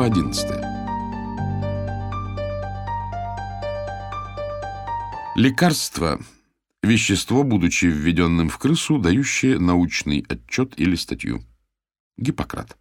Глава 11. Лекарство – вещество, будучи введенным в крысу, дающее научный отчет или статью. Гиппократ.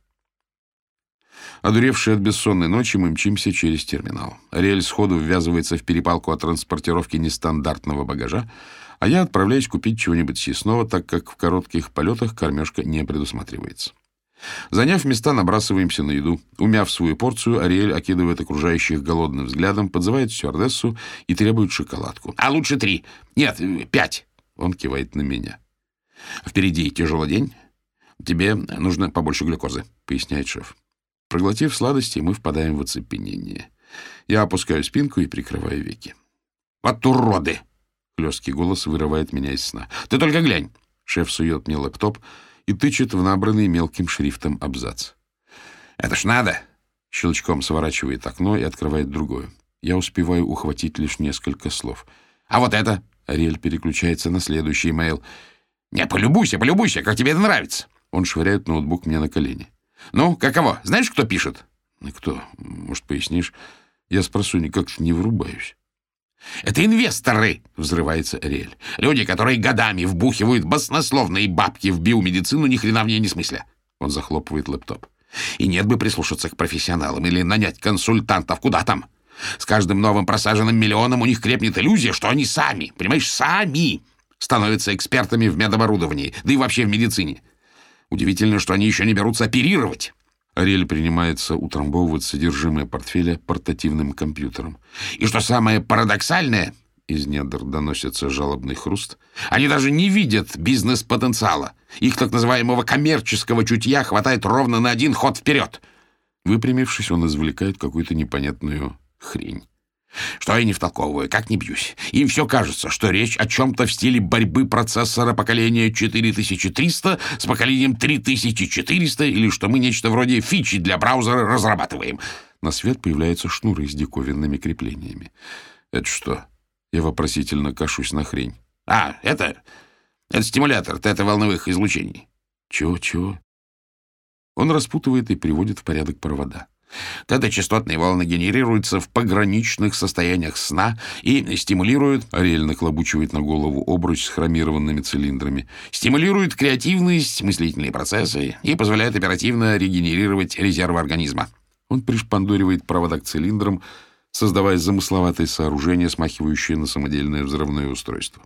Одуревшие от бессонной ночи, мы мчимся через терминал. Ариэль сходу ввязывается в перепалку о транспортировке нестандартного багажа, а я отправляюсь купить чего-нибудь съестного, так как в коротких полетах кормежка не предусматривается. Заняв места, набрасываемся на еду. Умяв свою порцию, Ариэль окидывает окружающих голодным взглядом, подзывает стюардессу и требует шоколадку. «А лучше 3. Нет, 5. Он кивает на меня. «Впереди тяжелый день. Тебе нужно побольше глюкозы», — поясняет шеф. Проглотив сладости, мы впадаем в оцепенение. Я опускаю спинку и прикрываю веки. «Вот уроды!» — хлесткий голос вырывает меня из сна. «Ты только глянь!» Шеф сует мне лэптоп и тычет в набранный мелким шрифтом абзац. «Это ж надо!» Щелчком сворачивает окно и открывает другое. Я успеваю ухватить лишь несколько слов. «А вот это!» Ариэль переключается на следующий имейл. «Не, полюбуйся, как тебе это нравится!» Он швыряет ноутбук мне на колени. «Ну, каково? Знаешь, кто пишет?» «Кто? Может, пояснишь?» Я спросу, никак не врубаюсь. «Это инвесторы!» — взрывается Ариэль. «Люди, которые годами вбухивают баснословные бабки в биомедицину, ни хрена в ней не смысля». Он захлопывает лэптоп. «И нет бы прислушаться к профессионалам или нанять консультантов. Куда там? С каждым новым просаженным миллионом у них крепнет иллюзия, что они сами, понимаешь, сами становятся экспертами в медоборудовании, да и вообще в медицине. Удивительно, что они еще не берутся оперировать». Ариэль принимается утрамбовывать содержимое портфеля портативным компьютером. «И что самое парадоксальное, из недр доносится жалобный хруст, они даже не видят бизнес-потенциала. Их так называемого коммерческого чутья хватает ровно на один ход вперед». Выпрямившись, он извлекает какую-то непонятную хрень. «Что я не втолковываю, как не бьюсь. Им все кажется, что речь о чем-то в стиле борьбы процессора поколения 4300 с поколением 3400, или что мы нечто вроде фичи для браузера разрабатываем». На свет появляются шнуры с диковинными креплениями. «Это что?» Я вопросительно кашусь на хрень. Это стимулятор тета-волновых излучений». «Чего?» Он распутывает и приводит в порядок провода. Тета-частотные волны генерируются в пограничных состояниях сна и стимулируют, Ариэль нахлобучивает на голову обруч с хромированными цилиндрами, стимулируют креативность, мыслительные процессы и позволяют оперативно регенерировать резервы организма. Он пришпандоривает провода к цилиндрам, создавая замысловатые сооружения, смахивающие на самодельное взрывное устройство.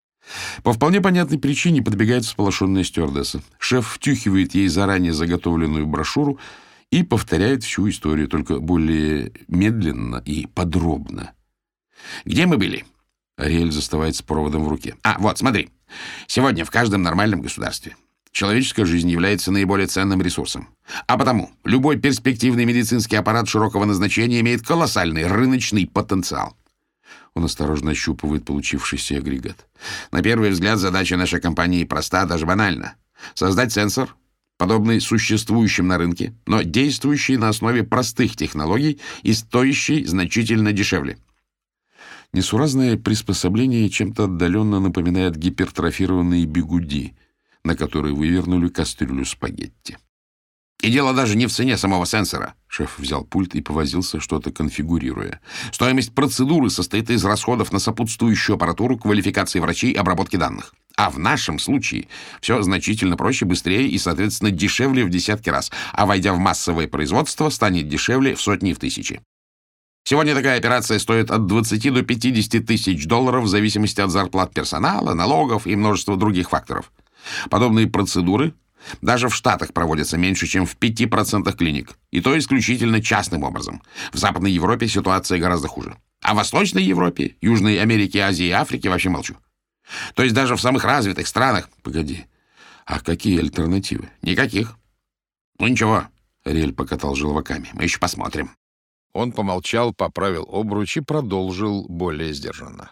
По вполне понятной причине подбегает всполошенная стюардесса. Шеф втюхивает ей заранее заготовленную брошюру и повторяет всю историю, только более медленно и подробно. «Где мы были?» Ариэль застывает с проводом в руке. «Вот, смотри. Сегодня в каждом нормальном государстве человеческая жизнь является наиболее ценным ресурсом. А потому любой перспективный медицинский аппарат широкого назначения имеет колоссальный рыночный потенциал». Он осторожно ощупывает получившийся агрегат. «На первый взгляд задача нашей компании проста, даже банальна. Создать сенсор, подобный существующим на рынке, но действующий на основе простых технологий и стоящий значительно дешевле». Несуразное приспособление чем-то отдаленно напоминает гипертрофированные бигуди, на которые вывернули кастрюлю спагетти. «И дело даже не в цене самого сенсора». Шеф взял пульт и повозился, что-то конфигурируя. «Стоимость процедуры состоит из расходов на сопутствующую аппаратуру, квалификации врачей и обработки данных. А в нашем случае все значительно проще, быстрее и, соответственно, дешевле в десятки раз. А войдя в массовое производство, станет дешевле в сотни и в тысячи. Сегодня такая операция стоит от 20 до 50 тысяч долларов в зависимости от зарплат персонала, налогов и множества других факторов. Подобные процедуры даже в Штатах проводятся меньше, чем в 5% клиник. И то исключительно частным образом. В Западной Европе ситуация гораздо хуже. А в Восточной Европе, Южной Америке, Азии и Африке вообще молчу. То есть даже в самых развитых странах...» «Погоди, а какие альтернативы?» «Никаких». «Ну ничего», — Ариэль покатал желваками, — «мы еще посмотрим». Он помолчал, поправил обруч и продолжил более сдержанно.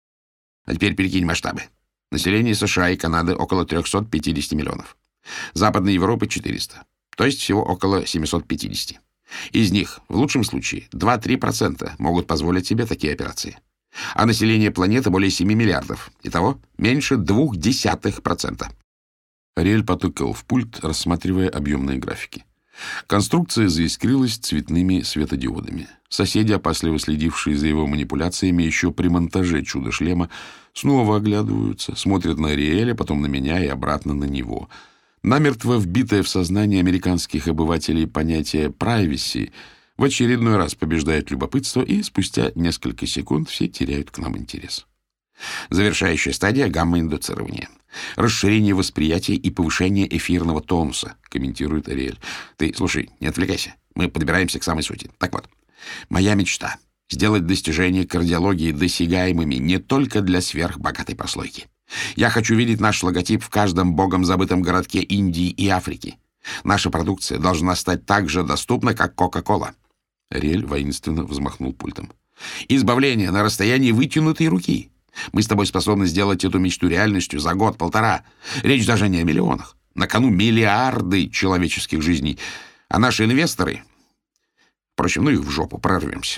«А теперь перекинь масштабы. Население США и Канады около 350 миллионов. Западной Европы 400. То есть всего около 750. Из них, в лучшем случае, 2-3% могут позволить себе такие операции. А население планеты более 7 миллиардов. Итого меньше 0,2%. Ариэль потыкал в пульт, рассматривая объемные графики. Конструкция заискрилась цветными светодиодами. Соседи, опасливо следившие за его манипуляциями еще при монтаже чудо-шлема, снова оглядываются, смотрят на Ариэля, потом на меня и обратно на него. Намертво вбитое в сознание американских обывателей понятие «privacy» в очередной раз побеждает любопытство, и спустя несколько секунд все теряют к нам интерес. Завершающая стадия гамма-индуцирования. Расширение восприятия и повышение эфирного тонуса, комментирует Ариэль. Ты, слушай, не отвлекайся. Мы подбираемся к самой сути. Так вот, моя мечта — сделать достижения кардиологии досягаемыми не только для сверхбогатой прослойки. Я хочу видеть наш логотип в каждом богом забытом городке Индии и Африки. Наша продукция должна стать так же доступна, как Кока-Кола. Ариэль воинственно взмахнул пультом. Избавление на расстоянии вытянутой руки. Мы с тобой способны сделать эту мечту реальностью за год-полтора. Речь даже не о миллионах. На кону миллиарды человеческих жизней. А наши инвесторы... Впрочем, ну их в жопу, прорвемся.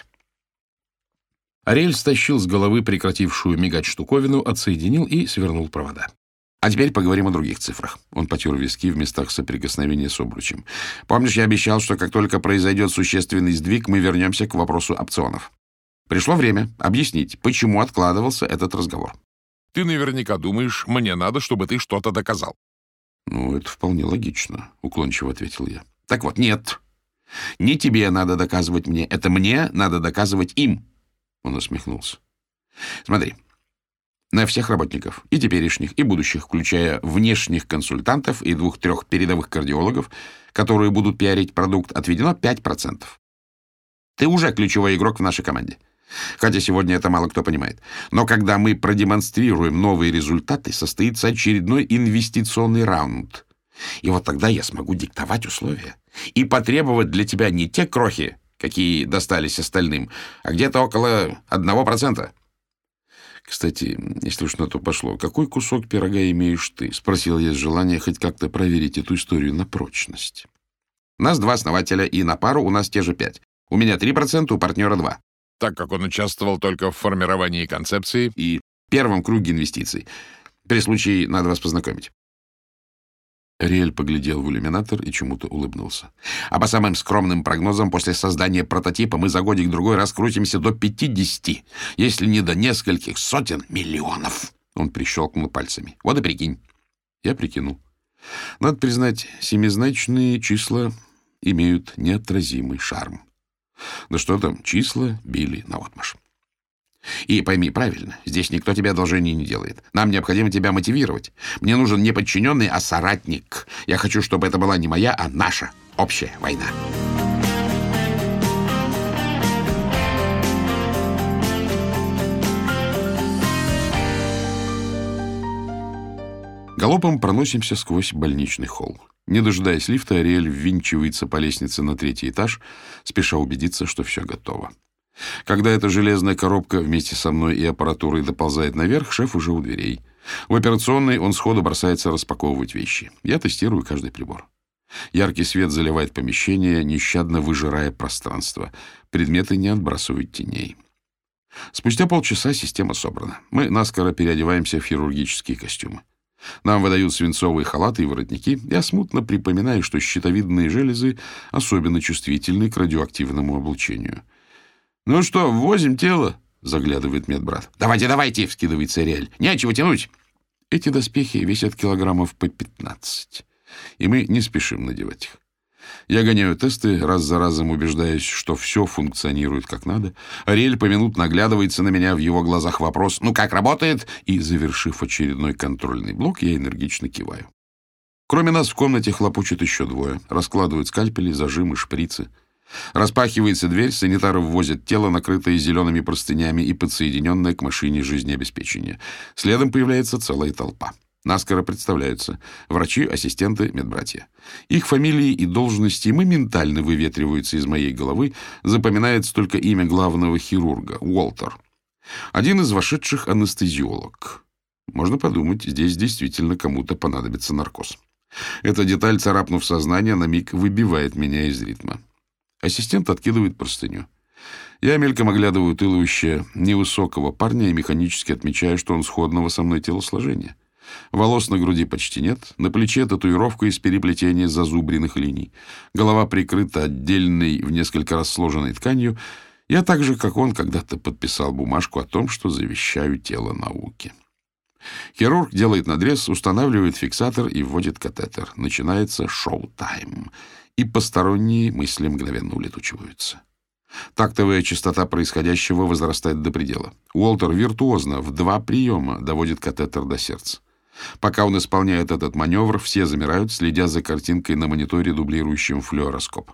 Ариэль стащил с головы прекратившую мигать штуковину, отсоединил и свернул провода. А теперь поговорим о других цифрах. Он потер виски в местах соприкосновения с обручем. Помнишь, я обещал, что как только произойдет существенный сдвиг, мы вернемся к вопросу опционов. Пришло время объяснить, почему откладывался этот разговор. Ты наверняка думаешь, мне надо, чтобы ты что-то доказал. Ну, это вполне логично, уклончиво ответил я. Так вот, нет. Не тебе надо доказывать мне, это мне надо доказывать им. Он усмехнулся. Смотри, на всех работников, и теперешних, и будущих, включая внешних консультантов и 2-3 передовых кардиологов, которые будут пиарить продукт, отведено 5%. Ты уже ключевой игрок в нашей команде. Хотя сегодня это мало кто понимает. Но когда мы продемонстрируем новые результаты, состоится очередной инвестиционный раунд. И вот тогда я смогу диктовать условия и потребовать для тебя не те крохи, какие достались остальным, а где-то около 1%. Кстати, если уж на то пошло, какой кусок пирога имеешь ты? Спросил я с желания хоть как-то проверить эту историю на прочность. Нас 2 основателя, и на пару у нас те же 5. У меня 3%, у партнера 2%. Так как он участвовал только в формировании концепции И первом круге инвестиций. При случае надо вас познакомить. Ариэль поглядел в иллюминатор и чему-то улыбнулся. А по самым скромным прогнозам, после создания прототипа мы за годик-другой раскрутимся до 50, если не до нескольких сотен миллионов. Он прищелкнул пальцами. Вот и прикинь. Я прикинул. Надо признать, семизначные числа имеют неотразимый шарм. Да что там, числа били наотмашь. И пойми правильно, здесь никто тебе одолжений не делает. Нам необходимо тебя мотивировать. Мне нужен не подчиненный, а соратник. Я хочу, чтобы это была не моя, а наша общая война. Галопом проносимся сквозь больничный холл. Не дожидаясь лифта, Ариэль ввинчивается по лестнице на 3-й этаж, спеша убедиться, что все готово. Когда эта железная коробка вместе со мной и аппаратурой доползает наверх, шеф уже у дверей. В операционной он сходу бросается распаковывать вещи. Я тестирую каждый прибор. Яркий свет заливает помещение, нещадно выжирая пространство. Предметы не отбрасывают теней. Спустя полчаса система собрана. Мы наскоро переодеваемся в хирургические костюмы. Нам выдают свинцовые халаты и воротники. Я смутно припоминаю, что щитовидные железы особенно чувствительны к радиоактивному облучению. «Ну что, ввозим тело?» — заглядывает медбрат. «Давайте, давайте!» — вскидывается Ариэль. «Нечего тянуть!» Эти доспехи весят килограммов по 15, и мы не спешим надевать их. Я гоняю тесты, раз за разом убеждаюсь, что все функционирует как надо. Ариэль поминутно оглядывается на меня, в его глазах вопрос «Ну как, работает?» И, завершив очередной контрольный блок, я энергично киваю. Кроме нас в комнате хлопочут еще 2. Раскладывают скальпели, зажимы, шприцы. Распахивается дверь, санитары ввозят тело, накрытое зелеными простынями и подсоединенное к машине жизнеобеспечения. Следом появляется целая толпа. Наскоро представляются врачи, ассистенты, медбратья. Их фамилии и должности моментально выветриваются из моей головы, запоминается только имя главного хирурга — Уолтер. Один из вошедших — анестезиолог. Можно подумать, здесь действительно кому-то понадобится наркоз. Эта деталь, царапнув сознание, на миг выбивает меня из ритма. Ассистент откидывает простыню. Я мельком оглядываю туловище невысокого парня и механически отмечаю, что он сходного со мной телосложения. Волос на груди почти нет, на плече татуировка из переплетения зазубренных линий. Голова прикрыта отдельной в несколько раз сложенной тканью. Я так же, как он, когда-то подписал бумажку о том, что завещаю тело науке. Хирург делает надрез, устанавливает фиксатор и вводит катетер. Начинается шоу-тайм, и посторонние мысли мгновенно улетучиваются. Тактовая частота происходящего возрастает до предела. Уолтер виртуозно в 2 приема доводит катетер до сердца. Пока он исполняет этот маневр, все замирают, следя за картинкой на мониторе, дублирующем флюороскоп.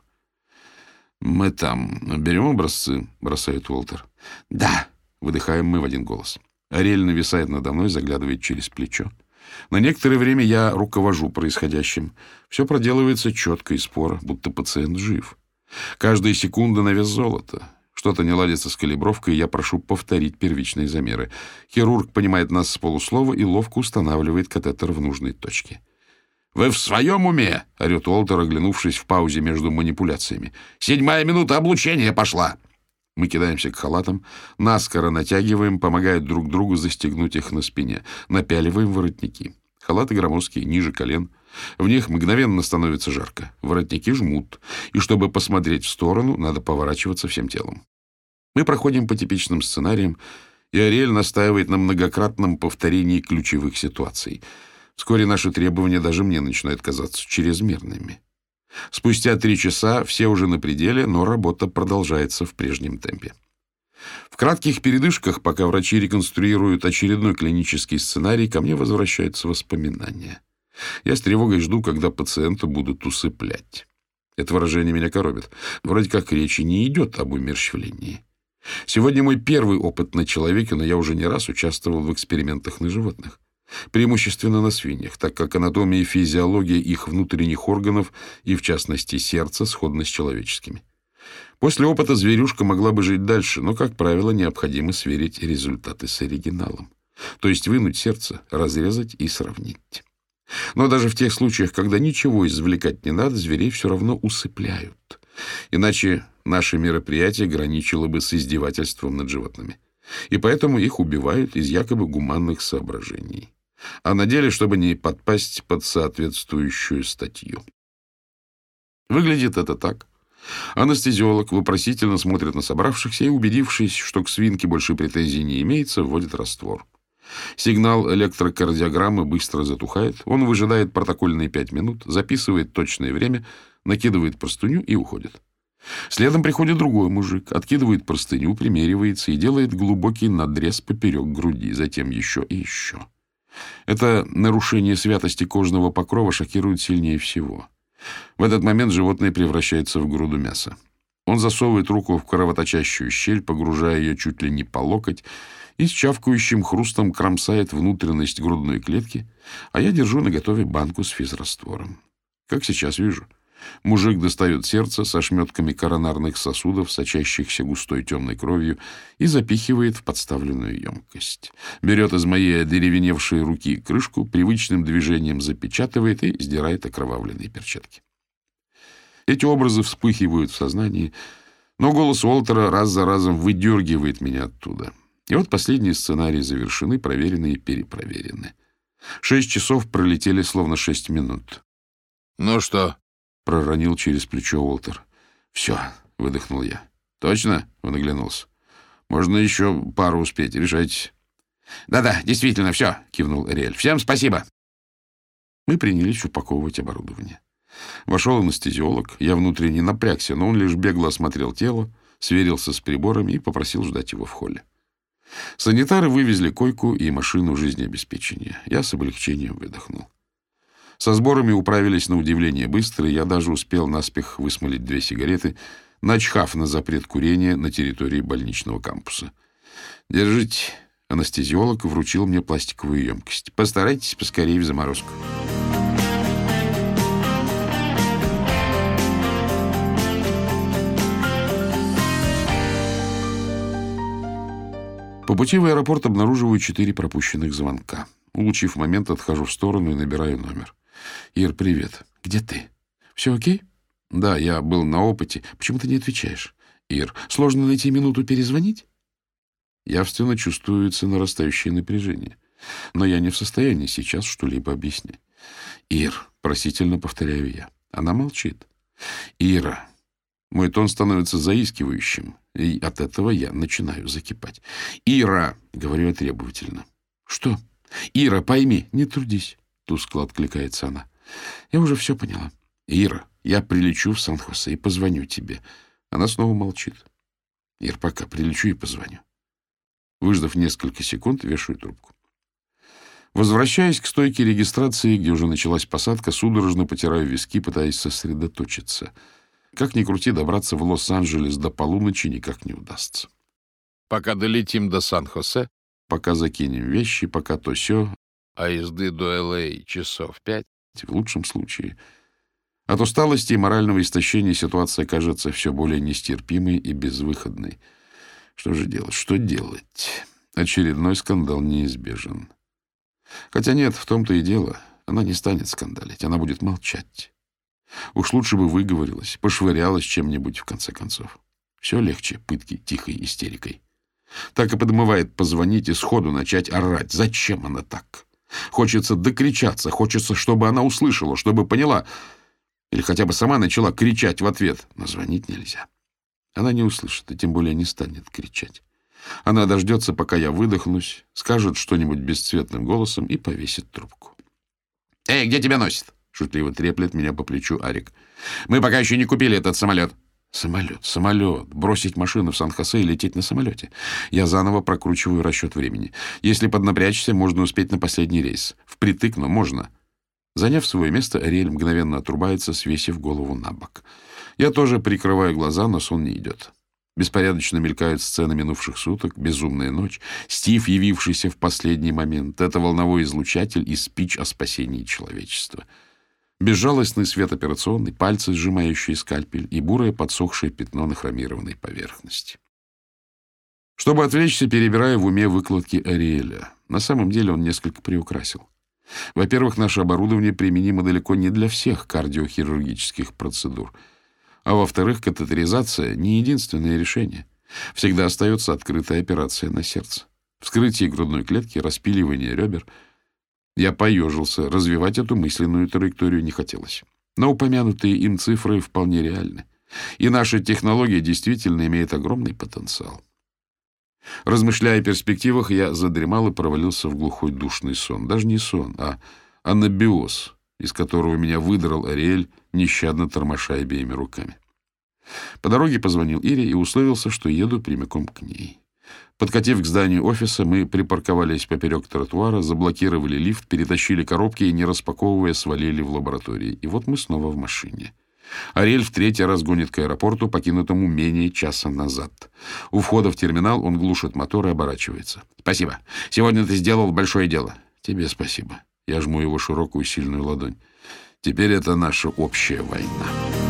«Мы там берем образцы?» — бросает Уолтер. «Да!» — выдыхаем мы в один голос. Ариэль нависает надо мной, заглядывает через плечо. На некоторое время я руковожу происходящим. Все проделывается четко и споро, будто пациент жив. Каждая секунда на вес золота. Что-то не ладится с калибровкой, и я прошу повторить первичные замеры. Хирург понимает нас с полуслова и ловко устанавливает катетер в нужной точке. «Вы в своем уме?» — орет Уолтер, оглянувшись в паузе между манипуляциями. «7-я минута облучения пошла!» Мы кидаемся к халатам, наскоро натягиваем, помогая друг другу застегнуть их на спине. Напяливаем воротники. Халаты громоздкие, ниже колен. В них мгновенно становится жарко. Воротники жмут. И чтобы посмотреть в сторону, надо поворачиваться всем телом. Мы проходим по типичным сценариям, и Ариэль настаивает на многократном повторении ключевых ситуаций. Вскоре наши требования даже мне начинают казаться чрезмерными. Спустя 3 часа все уже на пределе, но работа продолжается в прежнем темпе. В кратких передышках, пока врачи реконструируют очередной клинический сценарий, ко мне возвращаются воспоминания. Я с тревогой жду, когда пациента будут усыплять. Это выражение меня коробит. Вроде как речи не идет об умерщвлении. Сегодня мой первый опыт на человеке, но я уже не раз участвовал в экспериментах на животных. Преимущественно на свиньях, так как анатомия и физиология их внутренних органов и, в частности, сердца, сходны с человеческими. После опыта зверюшка могла бы жить дальше, но, как правило, необходимо сверить результаты с оригиналом. То есть вынуть сердце, разрезать и сравнить. Но даже в тех случаях, когда ничего извлекать не надо, зверей все равно усыпляют. Иначе наше мероприятие граничило бы с издевательством над животными. И поэтому их убивают из якобы гуманных соображений. А на деле, чтобы не подпасть под соответствующую статью. Выглядит это так. Анестезиолог вопросительно смотрит на собравшихся и, убедившись, что к свинке больше претензий не имеется, вводит раствор. Сигнал электрокардиограммы быстро затухает. Он выжидает протокольные 5 минут, записывает точное время, накидывает простыню и уходит. Следом приходит другой мужик, откидывает простыню, примеривается и делает глубокий надрез поперек груди, затем еще и еще. Это нарушение святости кожного покрова шокирует сильнее всего. В этот момент животное превращается в груду мяса. Он засовывает руку в кровоточащую щель, погружая ее чуть ли не по локоть, и с чавкающим хрустом кромсает внутренность грудной клетки, а я держу наготове банку с физраствором. Как сейчас вижу. Мужик достает сердце со шметками коронарных сосудов, сочащихся густой темной кровью, и запихивает в подставленную емкость. Берет из моей одеревеневшей руки крышку, привычным движением запечатывает и сдирает окровавленные перчатки. Эти образы вспыхивают в сознании, но голос Уолтера раз за разом выдергивает меня оттуда. И вот последние сценарии завершены, проверены и перепроверены. 6 часов пролетели словно 6 минут. «Ну что?» — проронил через плечо Уолтер. «Все», — выдохнул я. «Точно?» — он оглянулся. «Можно еще пару успеть. Решайтесь». «Да-да, действительно, все», — кивнул Ариэль. «Всем спасибо». Мы принялись упаковывать оборудование. Вошел анестезиолог. Я внутренне напрягся, но он лишь бегло осмотрел тело, сверился с приборами и попросил ждать его в холле. Санитары вывезли койку и машину жизнеобеспечения. Я с облегчением выдохнул. Со сборами управились на удивление быстро, и я даже успел наспех высмолить 2 сигареты, начхав на запрет курения на территории больничного кампуса. «Держите». Анестезиолог вручил мне пластиковую емкость. «Постарайтесь поскорее в заморозку». По пути в аэропорт обнаруживаю 4 пропущенных звонка. Улучив момент, отхожу в сторону и набираю номер. «Ир, привет. Где ты? Все окей?» «Да, я был на опыте. Почему ты не отвечаешь?» «Ир, сложно найти минуту перезвонить?» Явственно чувствуется нарастающее напряжение. Но я не в состоянии сейчас что-либо объяснять. «Ир», — просительно повторяю я. Она молчит. «Ира». Мой тон становится заискивающим, и от этого я начинаю закипать. «Ира!» — говорю я требовательно. «Что?» «Ира, пойми!» «Не трудись!» — тускло откликается она. «Я уже все поняла». «Ира, я прилечу в Сан-Хосе и позвоню тебе». Она снова молчит. «Ир, пока прилечу и позвоню». Выждав несколько секунд, вешаю трубку. Возвращаясь к стойке регистрации, где уже началась посадка, судорожно потираю виски, пытаясь сосредоточиться. Как ни крути, добраться в Лос-Анджелес до полуночи никак не удастся. Пока долетим до Сан-Хосе, Пока закинем вещи, пока то сё, а езды до Л.А. часов 5, в лучшем случае. От усталости и морального истощения ситуация кажется все более нестерпимой и безвыходной. Что же делать? Что делать? Очередной скандал неизбежен. Хотя нет, в том-то и дело. Она не станет скандалить, она будет молчать. Уж лучше бы выговорилась, пошвырялась чем-нибудь в конце концов. Все легче пытки тихой истерикой. Так и подмывает позвонить и сходу начать орать. Зачем она так? Хочется докричаться, хочется, чтобы она услышала, чтобы поняла. Или хотя бы сама начала кричать в ответ. Но звонить нельзя. Она не услышит и тем более не станет кричать. Она дождется, пока я выдохнусь, скажет что-нибудь бесцветным голосом и повесит трубку. «Эй, где тебя носит?» — шутливо треплет меня по плечу Арик. «Мы пока еще не купили этот самолет». Самолет. Бросить машину в Сан-Хосе и лететь на самолете. Я заново прокручиваю расчет времени. Если поднапрячься, можно успеть на последний рейс. Впритык, но можно. Заняв свое место, Ариэль мгновенно отрубается, свесив голову на бок. Я тоже прикрываю глаза, но сон не идет. Беспорядочно мелькают сцены минувших суток, безумная ночь, Стив, явившийся в последний момент. Это волновой излучатель и спич о спасении человечества. Безжалостный свет операционной, пальцы, сжимающие скальпель, и бурое подсохшее пятно на хромированной поверхности. Чтобы отвлечься, перебираю в уме выкладки Ариэля. На самом деле он несколько приукрасил. Во-первых, наше оборудование применимо далеко не для всех кардиохирургических процедур. А во-вторых, катетеризация — не единственное решение. Всегда остается открытая операция на сердце. Вскрытие грудной клетки, распиливание ребер — я поежился, развивать эту мысленную траекторию не хотелось. Но упомянутые им цифры вполне реальны. И наша технология действительно имеет огромный потенциал. Размышляя о перспективах, я задремал и провалился в глухой душный сон. Даже не сон, а анабиоз, из которого меня выдрал Ариэль, нещадно тормоша обеими руками. По дороге позвонил Ире и условился, что еду прямиком к ней. Подкатив к зданию офиса, мы припарковались поперек тротуара, заблокировали лифт, перетащили коробки и, не распаковывая, свалили в лаборатории. И вот мы снова в машине. Ариэль в третий раз гонит к аэропорту, покинутому менее часа назад. У входа в терминал он глушит мотор и оборачивается. «Спасибо. Сегодня ты сделал большое дело». «Тебе спасибо». Я жму его широкую сильную ладонь. «Теперь это наша общая война».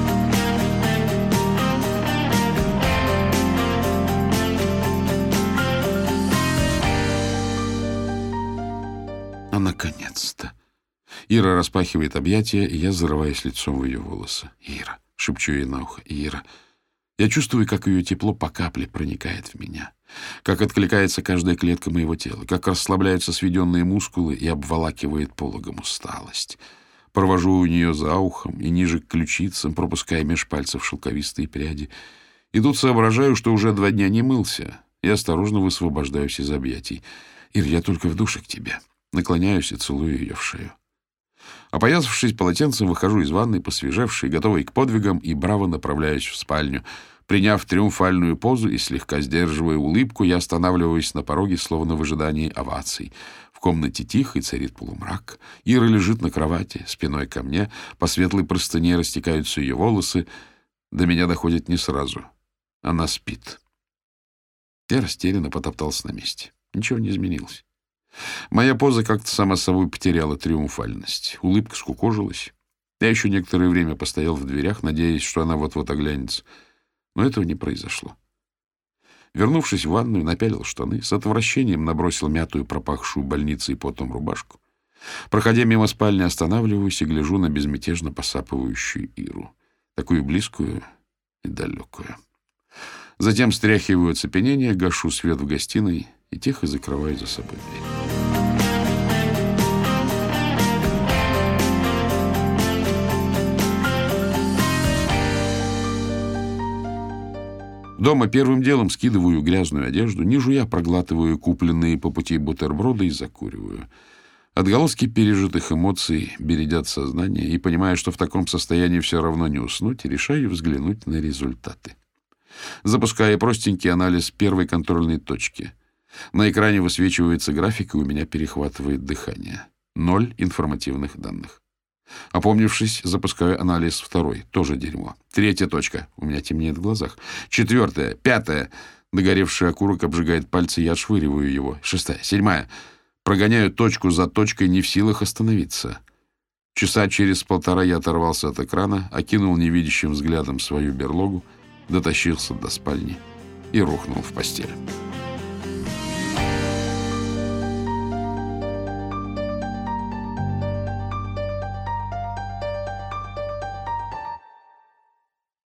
Наконец-то. Ира распахивает объятия, и я зарываюсь лицом в ее волосы. «Ира», — шепчу ей на ухо, «Ира». Я чувствую, как ее тепло по капле проникает в меня, как откликается каждая клетка моего тела, как расслабляются сведенные мускулы и обволакивает пологом усталость. Провожу у нее за ухом и ниже к ключицам, пропуская меж пальцев шелковистые пряди. И тут соображаю, что уже 2 дня не мылся, и осторожно высвобождаюсь из объятий. «Ир, я только в душе к тебе». Наклоняюсь и целую ее в шею. Опоясавшись полотенцем, выхожу из ванной, посвежевший, готовый к подвигам, и браво направляюсь в спальню. Приняв триумфальную позу и слегка сдерживая улыбку, я останавливаюсь на пороге, словно в ожидании оваций. В комнате тихо и царит полумрак. Ира лежит на кровати, спиной ко мне, по светлой простыне растекаются ее волосы. До меня доходит не сразу. Она спит. Я растерянно потоптался на месте. Ничего не изменилось. Моя поза как-то сама собой потеряла триумфальность. Улыбка скукожилась. Я еще некоторое время постоял в дверях, надеясь, что она вот-вот оглянется. Но этого не произошло. Вернувшись в ванную, напялил штаны, с отвращением набросил мятую, пропахшую больницей потом рубашку. Проходя мимо спальни, останавливаюсь и гляжу на безмятежно посапывающую Иру. Такую близкую и далекую. Затем стряхиваю оцепенение, гашу свет в гостиной и тихо закрываю за собой дверь. Дома первым делом скидываю грязную одежду, не жуя проглатываю купленные по пути бутерброды и закуриваю. Отголоски пережитых эмоций бередят сознание, и, понимая, что в таком состоянии все равно не уснуть, решаю взглянуть на результаты. Запускаю простенький анализ первой контрольной точки. На экране высвечивается график, и у меня перехватывает дыхание. 0 информативных данных. Опомнившись, запускаю анализ второй. Тоже дерьмо. 3-я точка. У меня темнеет в глазах. 4-я. 5-я. Догоревший окурок обжигает пальцы, я отшвыриваю его. 6-я. 7-я. Прогоняю точку за точкой, не в силах остановиться. Часа через 1,5 я оторвался от экрана, окинул невидящим взглядом свою берлогу, дотащился до спальни и рухнул в постель.